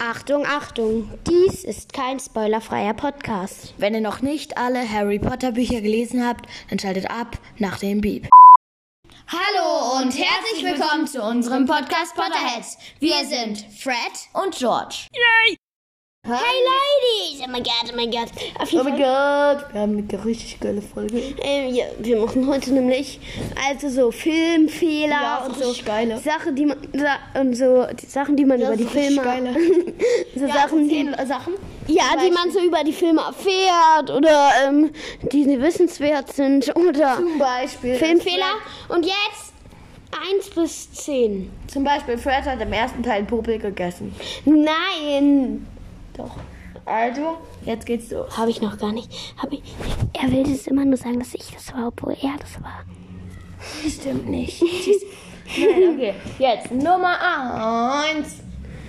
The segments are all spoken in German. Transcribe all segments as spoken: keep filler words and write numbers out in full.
Achtung, Achtung, dies ist kein spoilerfreier Podcast. Wenn ihr noch nicht alle Harry Potter Bücher gelesen habt, dann schaltet ab nach dem Beep. Hallo und herzlich willkommen zu unserem Podcast Potterheads. Wir sind Fred Und George. Yay! Hey Ladies! Oh mein Gott, oh mein Gott. Auf jeden Oh mein Fall, Gott, wir haben eine richtig geile Folge. ähm, ja, wir machen heute nämlich also so Filmfehler Ja, und so richtig geile. Sachen, die man sa- und so die Sachen, die man Ja, über die so richtig Filme geile. so Ja, Sachen, die, zehn Sachen. ja, die man so über die Filme erfährt oder ähm, die wissenswert sind oder Zum Beispiel. Filmfehler. Und jetzt eins bis zehn. Zum Beispiel, Fred hat im ersten Teil Popel gegessen. Nein, Doch. Also, jetzt geht's los. habe ich noch gar nicht. Hab ich, er will das immer nur sagen, dass ich das war, obwohl er das war. Stimmt nicht. Nein, okay. Jetzt Nummer eins.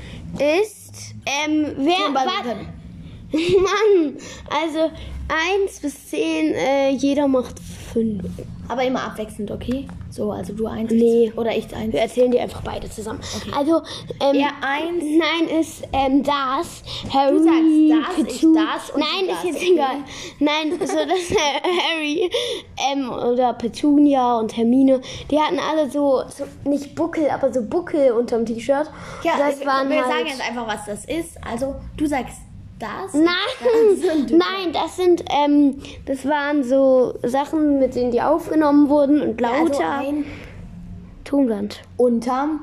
Ist, ähm, wer, Ball was? können. Mann, also eins bis zehn, äh, jeder macht fünf. Aber immer abwechselnd, okay? So, also du eins. Nee. Oder ich eins. Wir erzählen die einfach beide zusammen. Also, ähm, Er eins. nein, ist, ähm, das, Harry, Du sagst das, ich Petu- das und nein, du ist das, jetzt okay? egal. Nein, so, dass Harry, ähm, oder Petunia und Hermine, die hatten alle so, so, nicht Buckel, aber so Buckel unterm T-Shirt. Ja, das wir, waren wir halt, sagen jetzt einfach, was das ist. Also, du sagst das. Nein, Das sind- nein, das sind, ähm, das waren so Sachen, mit denen die aufgenommen wurden und Also lauter. ein Tonband. unterm.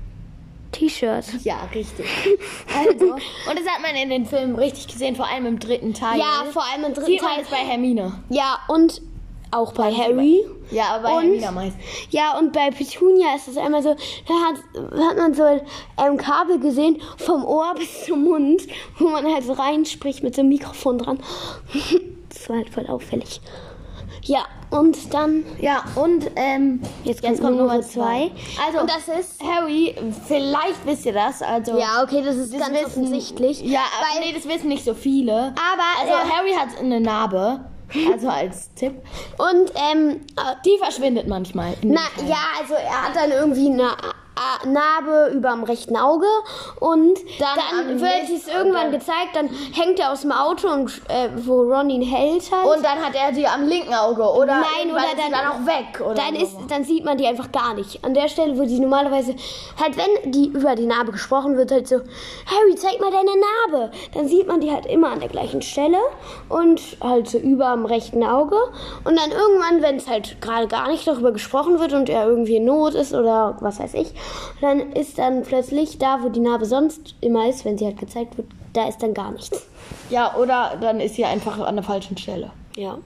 T-Shirt. Ja, richtig. Also, und das hat man in den Filmen richtig gesehen, vor allem im dritten Teil. Ja, vor allem im dritten Sieht man Teil. es bei Hermine. Ja, und auch bei Harry. Ja, aber bei Und- Hermine meistens. Ja, und bei Petunia ist es einmal so, da hat, hat man so ein Kabel gesehen, vom Ohr bis zum Mund, wo man halt so reinspricht mit so einem Mikrofon dran. Das war halt voll auffällig. Ja, und dann, Ja, und ähm, jetzt, jetzt kommt kommt Nummer Nummer zwei. zwei. Also, und das ist, Harry, vielleicht wisst ihr das, also... ja, okay, das ist das ganz wissen- offensichtlich. Ja, weil, nee, das wissen nicht so viele. aber, Also, äh, Harry hat eine Narbe, also als Tipp. und, ähm, Die verschwindet manchmal. in dem Na, Teil. ja, also er hat dann irgendwie eine A- Narbe über dem rechten Auge und Dann dann, am wird Mist es irgendwann und dann- gezeigt, dann hängt er aus dem Auto und äh, wo Ron ihn hält halt. Und dann hat er die am linken Auge, oder? Nein, irgendwann oder ist sie dann- dann auch weg, oder? dann, so. ist, dann sieht man die einfach gar nicht. An der Stelle, wo die normalerweise, halt wenn die über die Narbe gesprochen wird, halt so, Harry, zeig mal deine Narbe. Dann sieht man die halt immer an der gleichen Stelle und halt so über dem rechten Auge. Und dann irgendwann, wenn es halt gerade gar nicht darüber gesprochen wird und er irgendwie in Not ist oder was weiß ich, dann ist dann plötzlich da, wo die Narbe sonst immer ist, wenn sie halt gezeigt wird, da ist dann gar nichts. Ja, oder dann ist sie einfach an der falschen Stelle. Ja.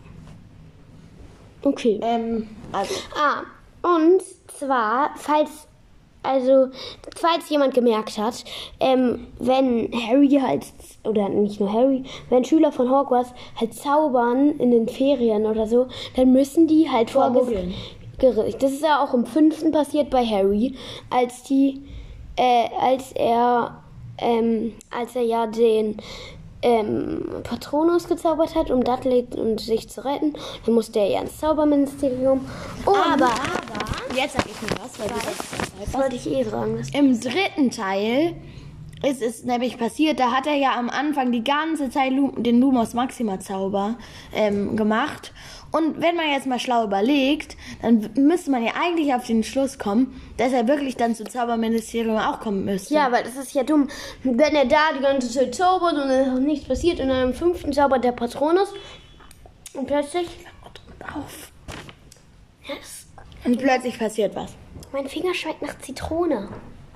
Okay. Ähm, also. Ah, und zwar, falls, also, falls jemand gemerkt hat, ähm, wenn Harry halt, oder nicht nur Harry, wenn Schüler von Hogwarts halt zaubern in den Ferien oder so, dann müssen die halt Vor vor Muggeln. Gericht. Das ist ja auch im fünften passiert bei Harry, als die, äh, als er, ähm, als er ja den, ähm, Patronus gezaubert hat, um Dudley und sich zu retten. Dann musste er ja ins Zauberministerium. Und, Aber, aber, jetzt sag ich mir was, weil du das das wollte ich eh sagen. Das Im dritten Teil ist es nämlich passiert, da hat er ja am Anfang die ganze Zeit Lu- den Lumos Maxima Zauber ähm, gemacht. Und wenn man jetzt mal schlau überlegt, dann w- müsste man ja eigentlich auf den Schluss kommen, dass er wirklich dann zum Zauberministerium auch kommen müsste. ja, weil das ist ja dumm. Wenn er da die ganze Zeit zaubert und dann ist auch nichts passiert und dann im fünften zaubert der Patronus und plötzlich, Auf. yes, Und plötzlich passiert was. mein Finger schmeckt nach Zitrone.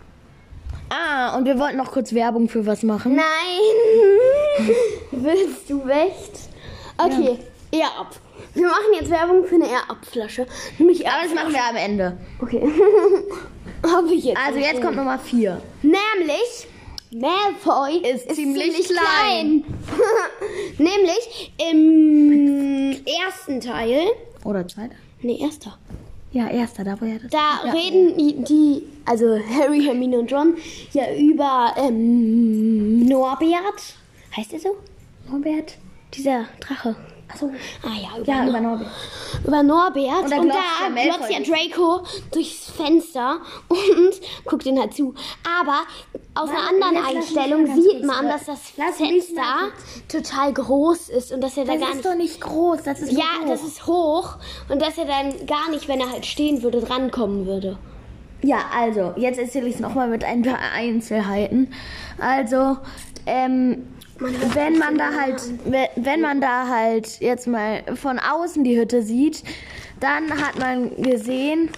Ah, und wir wollten noch kurz Werbung für was machen. Nein! Willst du echt? Okay, Air-Up. Wir machen jetzt Werbung für eine Air-Up-Flasche. Nämlich Aber das machen wir am Ende. Okay. Habe ich jetzt. Also jetzt kommt Nummer vier. Nämlich, Malfoy Ist ziemlich klein. Nämlich im ersten Teil, Oder zweiter? nee, erster. Ja, erster, da wo er das... Da ja. reden die, die, also Harry, Hermine und Ron, ja über ähm, Norbert. Heißt er so? Norbert. Dieser Drache. Achso. Ah ja, über, Ja, Nor über Norbert. über Norbert. Und da Und glotzt da der Malfoy glotzt ja nicht. Draco durchs Fenster und guckt ihn halt zu. Aber aus einer Warte, anderen jetzt lass mich Einstellung mal ganz sieht kurz man, re- dass das lass mich Fenster mal total groß ist und dass er da Das gar ist nicht... doch nicht groß, das ist Ja, nur hoch. das ist hoch und dass er dann gar nicht, wenn er halt stehen würde, drankommen würde. Ja, also, jetzt erzähle ich es nochmal mit ein paar Einzelheiten. Also, ähm, wenn man da halt, we- wenn man da halt jetzt mal von außen die Hütte sieht, dann hat man gesehen,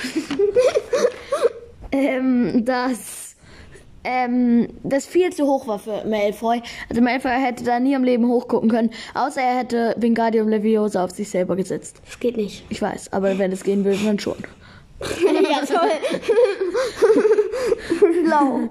ähm, dass ähm, das viel zu hoch war für Malfoy. Also Malfoy hätte da nie im Leben hochgucken können, außer er hätte Wingardium Leviosa auf sich selber gesetzt. Das geht nicht. Ich weiß, aber wenn es gehen würde, dann schon. Ja, toll. Schlau.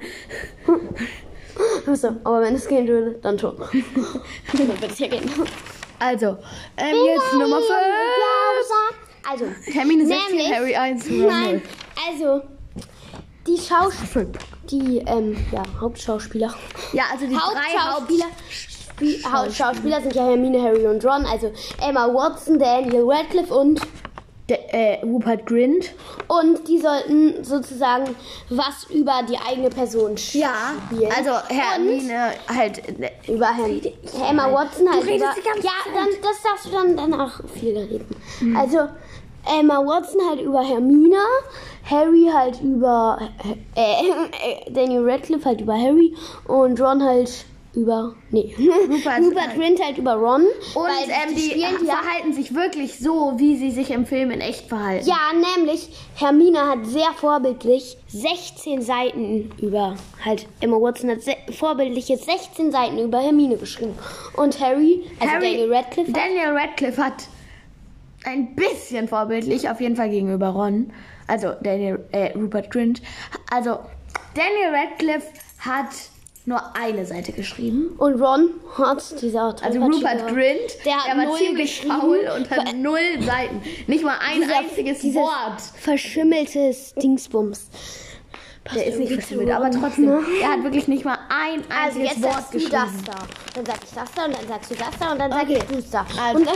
Achso, aber wenn es gehen würde, dann schon. Dann würde es ja gehen. Also, ähm, jetzt Nummer fünf. Also, Hermine sechzehn, nämlich- Harry eins, Ron Nein, null. also, die Schauspieler, die, ähm, ja, Hauptschauspieler. Ja, also die drei Hauptschauspieler, Haupt... die Hauptschauspieler sind ja Hermine, Harry und Ron, also Emma Watson, Daniel Radcliffe und Der, äh, Rupert Grint. und die sollten sozusagen was über die eigene Person spielen. Ja, also Hermine halt... äh, Über Hermine. Emma Watson halt redest über... die ganze Ja, Zeit. dann, das darfst du dann danach viel reden. Also Emma Watson halt über Hermine, Harry halt über... Äh, äh, Daniel Radcliffe halt über Harry und Ron halt über... Nee. Rupert- Rupert Grint halt über Ron. Und weil ähm, die, spielen die ja... verhalten sich wirklich so, wie sie sich im Film in echt verhalten. Ja, nämlich Hermine hat sehr vorbildlich sechzehn Seiten über, halt Emma Watson hat se vorbildliche sechzehn Seiten über Hermine geschrieben. Und Harry, also Harry, Daniel Radcliffe, Daniel Radcliffe hat ein bisschen vorbildlich, auf jeden Fall gegenüber Ron. Also Daniel, äh, Rupert Grint. Also Daniel Radcliffe hat nur eine Seite geschrieben. und Ron hat dieser Also tollpatschige- Rupert Grint, der hat der war null ziemlich geschrieben. faul und hat null Seiten. Nicht mal ein Dieser- einziges dieses Wort. verschimmeltes Dingsbums. Der ist nicht irgendwie verschimmelt, zu aber Ron. trotzdem. Er hat wirklich nicht mal ein Also einziges jetzt Wort sagst du geschrieben. das da, dann sag ich das da und dann sagst du das da und dann sag Okay. ich das da. Also- Und dann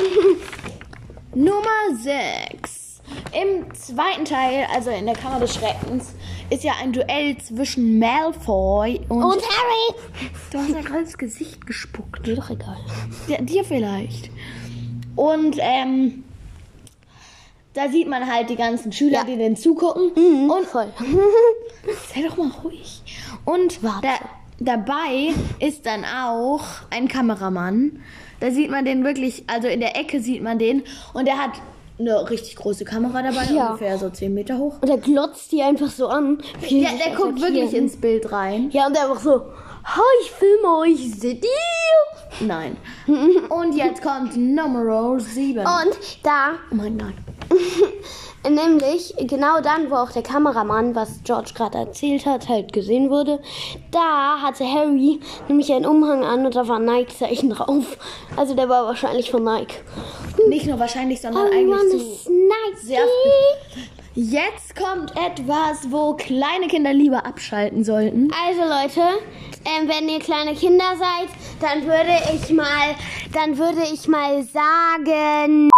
Nummer sechs. Im zweiten Teil, also in der Kammer des Schreckens, ist ja ein Duell zwischen Malfoy und... und Harry! du hast ja gerade ins Gesicht gespuckt. Mir doch egal. Ja, dir vielleicht. Und ähm, da sieht man halt die ganzen Schüler, Ja. die denen zugucken. Und voll. Sei doch mal ruhig. Und Warte. da, dabei ist dann auch ein Kameramann. Da sieht man den wirklich, also in der Ecke sieht man den. Und der hat eine richtig große Kamera dabei, Ja. ungefähr so zehn Meter hoch. Und er glotzt die einfach so an. wie Ja, sie der sich guckt attackieren. wirklich ins Bild rein. Ja, und der einfach so, hi, ich filme euch, seht ihr? Nein. Und jetzt kommt Nummer sieben. Und da, Oh mein Gott. nämlich genau dann, wo auch der Kameramann, was George gerade erzählt hat, halt gesehen wurde, da hatte Harry nämlich einen Umhang an und da war ein Nike-Zeichen drauf. Also der war wahrscheinlich von Nike. Nicht nur wahrscheinlich, sondern I wanna eigentlich zu... Nike. sehr Jetzt kommt etwas, wo kleine Kinder lieber abschalten sollten. Also Leute, ähm, wenn ihr kleine Kinder seid, dann würde ich mal, dann würde ich mal sagen,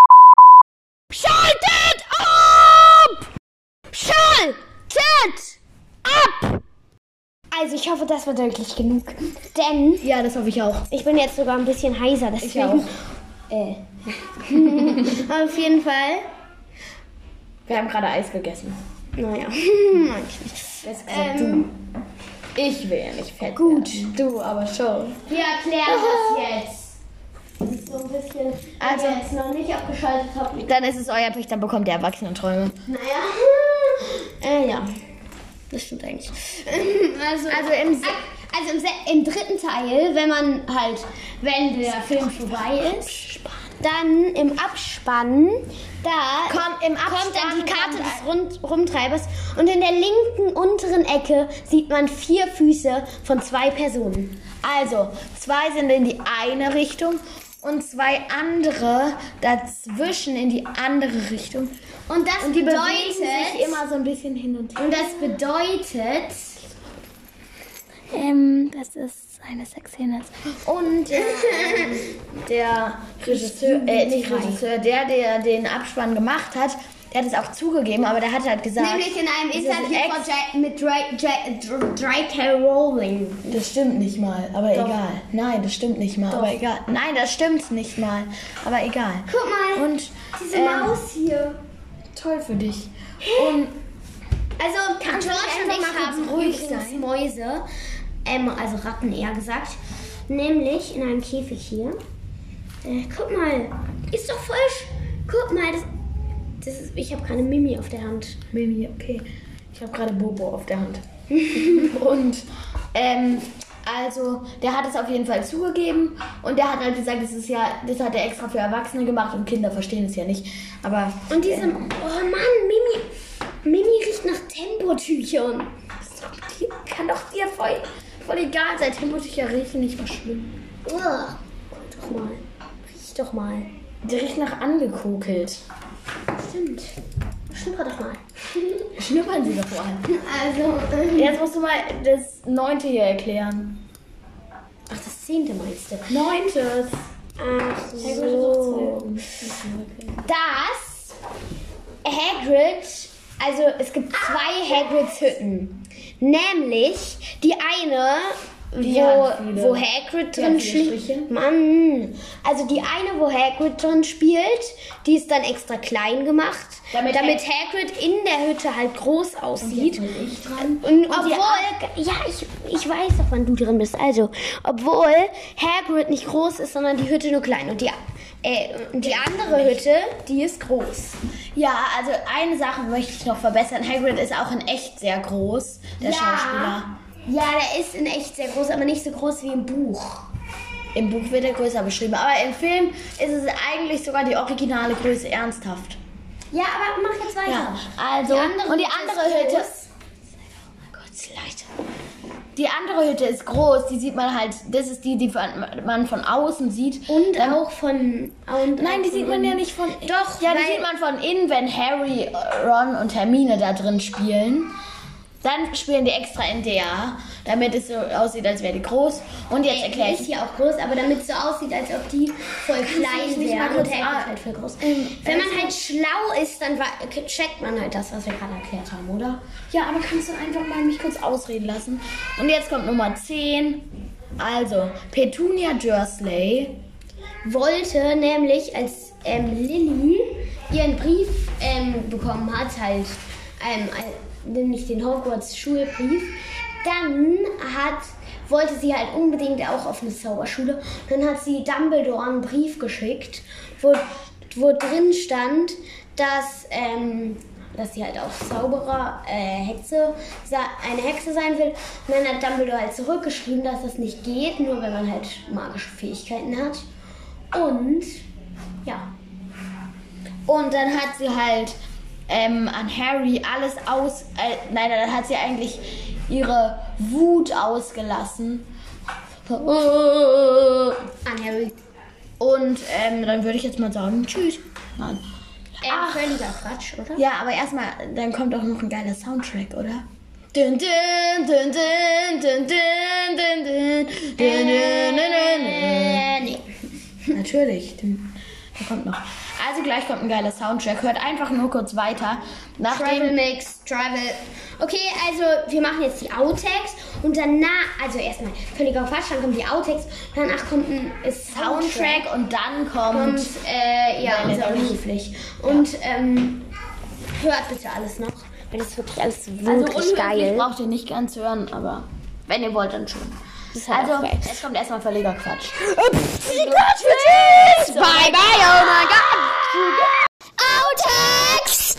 schaltet ab! Schaltet ab! Also ich hoffe, das war deutlich genug, denn Ja, das hoffe ich auch. ich bin jetzt sogar ein bisschen heiser, deswegen. Äh. Auf jeden Fall. Wir haben gerade Eis gegessen. Naja, mag ich nicht. Das Ähm, Ich will ja nicht fett Gut. werden. Du aber schon. Wir erklären das jetzt. Das ist so ein bisschen, Also- wenn ihr jetzt noch nicht abgeschaltet habt. Dann ist es euer Pech, dann bekommt ihr Erwachsenenträume. Naja. Äh, ja. Das stimmt eigentlich. Also, Also im Se- also im, Se- im dritten Teil, wenn man halt, wenn der Film vorbei ist, dann im Abspann, da Kommt im kommt dann die Karte kommt des Rund Rumtreibers und in der linken unteren Ecke sieht man vier Füße von zwei Personen. Also, zwei sind in die eine Richtung und zwei andere dazwischen in die andere Richtung. Und das Und die bewegen bedeutet, sich immer so ein bisschen hin und her. und das bedeutet, Ähm, dass es eine Sexszene ist. Und der, ähm, der Regisseur, äh, nicht Regisseur, der, der den Abspann gemacht hat, der hat es auch zugegeben, aber der hat halt gesagt... Nämlich in einem das ist Interview ein von J- mit J K. Rowling. Das stimmt nicht mal, aber Doch. egal. Nein, das stimmt nicht mal, Doch. aber egal. Nein, das stimmt nicht mal, aber egal. Guck mal, und, diese ähm, Maus hier. Toll für dich. Und also, Kannst du George und einfach ich mal haben kurz ruhig übrigens sein? Mäuse, ähm, also Ratten eher gesagt, nämlich in einem Käfig hier. Äh, guck mal, ist doch voll... Guck mal, das... Das ist, ich habe keine Mimi auf der Hand. Mimi, okay. Ich habe gerade Bobo auf der Hand. Und, ähm, also, der hat es auf jeden Fall zugegeben. Und der hat halt gesagt, das ist ja, das hat er extra für Erwachsene gemacht und Kinder verstehen es ja nicht. Aber. Und diese, ähm, oh Mann, Mimi, Mimi riecht nach Tempotüchern. das doch, die, kann doch dir voll, voll egal sein. Tempotücher riechen nicht mal schlimm. Ugh. Guck doch mal. Riech doch mal. Der riecht nach angekokelt. Stimmt. Schnupper doch mal. Schnuppern Sie doch mal. Also, ähm, Jetzt musst du mal das Neunte hier erklären. ach, das Zehnte meinst du? Neuntes. Ach So. so. Das Hagrid, also es gibt zwei Hagrids Hütten. Nämlich die eine, Die wo, hat viele- wo Hagrid die hat drin viele spielt. Striche. Mann. Also die eine, wo Hagrid drin spielt, die ist dann extra klein gemacht, Damit damit, Hag- Hagrid in der Hütte halt groß aussieht. Jetzt bin ich dran. Und, Und obwohl, die ja, ich, ich weiß doch, wann du drin bist. Also, obwohl Hagrid nicht groß ist, sondern die Hütte nur klein. Und die, äh, und die andere Hütte, die ist groß. Ja, also eine Sache möchte ich noch verbessern. Hagrid ist auch in echt sehr groß, der Schauspieler. Ja, der ist in echt sehr groß, aber nicht so groß wie im Buch. Im Buch wird er größer beschrieben, aber im Film ist es eigentlich sogar die originale Größe ernsthaft. Ja, aber mach jetzt weiter. Ja, also Die andere und die Hütte andere ist Hütte. groß. Oh mein Gott, sie leid. Die andere Hütte ist groß, die sieht man halt, das ist die, die von- man von außen sieht. Und Dann- auch von... Und Nein, auch die von sieht man ja innen. nicht von Doch, Ja, die weil- sieht man von innen, wenn Harry, Ron und Hermine da drin spielen. Dann spielen die extra in der, damit es so aussieht, als wäre die groß. Und jetzt Die erkläre ist ich. hier auch groß, aber damit es so aussieht, als ob die voll klein mich nicht wären. mal kurz Und Hagrid an- halt voll groß. Ähm, Wenn man also- halt schlau ist, dann wa- checkt man halt das, was wir gerade erklärt haben, oder? Ja, aber kannst du einfach mal mich kurz ausreden lassen? Und jetzt kommt Nummer zehn. Also, Petunia Dursley. Wollte nämlich, als ähm, Lily ihren Brief ähm, bekommen hat, halt, ähm, ein- nämlich den Hogwarts-Schulbrief, dann hat, wollte sie halt unbedingt auch auf eine Zauberschule. Dann hat sie Dumbledore einen Brief geschickt, wo, wo drin stand, dass, ähm, dass sie halt auch Zauberer, äh, Hexe, sa- eine Hexe sein will. Und dann hat Dumbledore halt zurückgeschrieben, dass das nicht geht, nur wenn man halt magische Fähigkeiten hat. Und, ja. Und dann hat sie halt ähm, an Harry alles aus... Äh, nein, dann hat sie eigentlich ihre Wut ausgelassen. An Harry. Und ähm, dann würde ich jetzt mal sagen, tschüss. Mann. Ähm, Ach. völliger Quatsch, oder? Ja, aber erstmal, dann kommt auch noch ein geiler Soundtrack, oder? Dun, dun, dun, dun, dun, dun, dun, dun, dun, dun, dun, dun. Äh, nee. Natürlich, den- der kommt noch. Also gleich kommt ein geiler Soundtrack. Hört einfach nur kurz weiter. Travel Nachdem Mix, Travel. Okay, also wir machen jetzt die Outtakes und danach, also erstmal völliger Quatsch, dann kommen die Outtakes, danach kommt ein Soundtrack Soundtrack und dann kommt... und äh, ja, Meine unser Liebe. Brieflich. Und ähm, hört bitte alles noch, weil das ist wirklich alles Also wirklich unhöflich geil. braucht ihr nicht ganz hören, aber wenn ihr wollt, dann schon. Das ist halt Also, auch geil. jetzt kommt erstmal völliger Quatsch. Bye bye, oh mein Gott. Outtakes.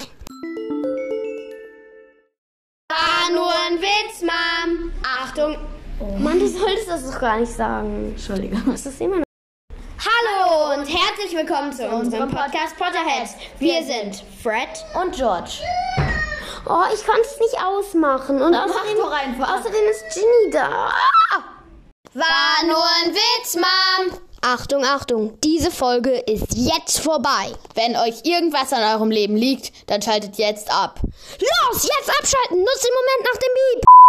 War nur ein Witz, Mom. Achtung. Mann, du solltest das doch gar nicht sagen. Entschuldigung. Das ist immer noch. Hallo und herzlich willkommen zu unserem Podcast Potterheads. Wir sind Fred. Und George. Oh, ich konnte es nicht ausmachen. Und Mach außerdem, doch einfach. außerdem ist Ginny da. War nur ein Witz, Mom. Achtung, Achtung, diese Folge ist jetzt vorbei. Wenn euch irgendwas an eurem Leben liegt, dann schaltet jetzt ab. Los, jetzt abschalten. Nutzt den Moment nach dem Beep.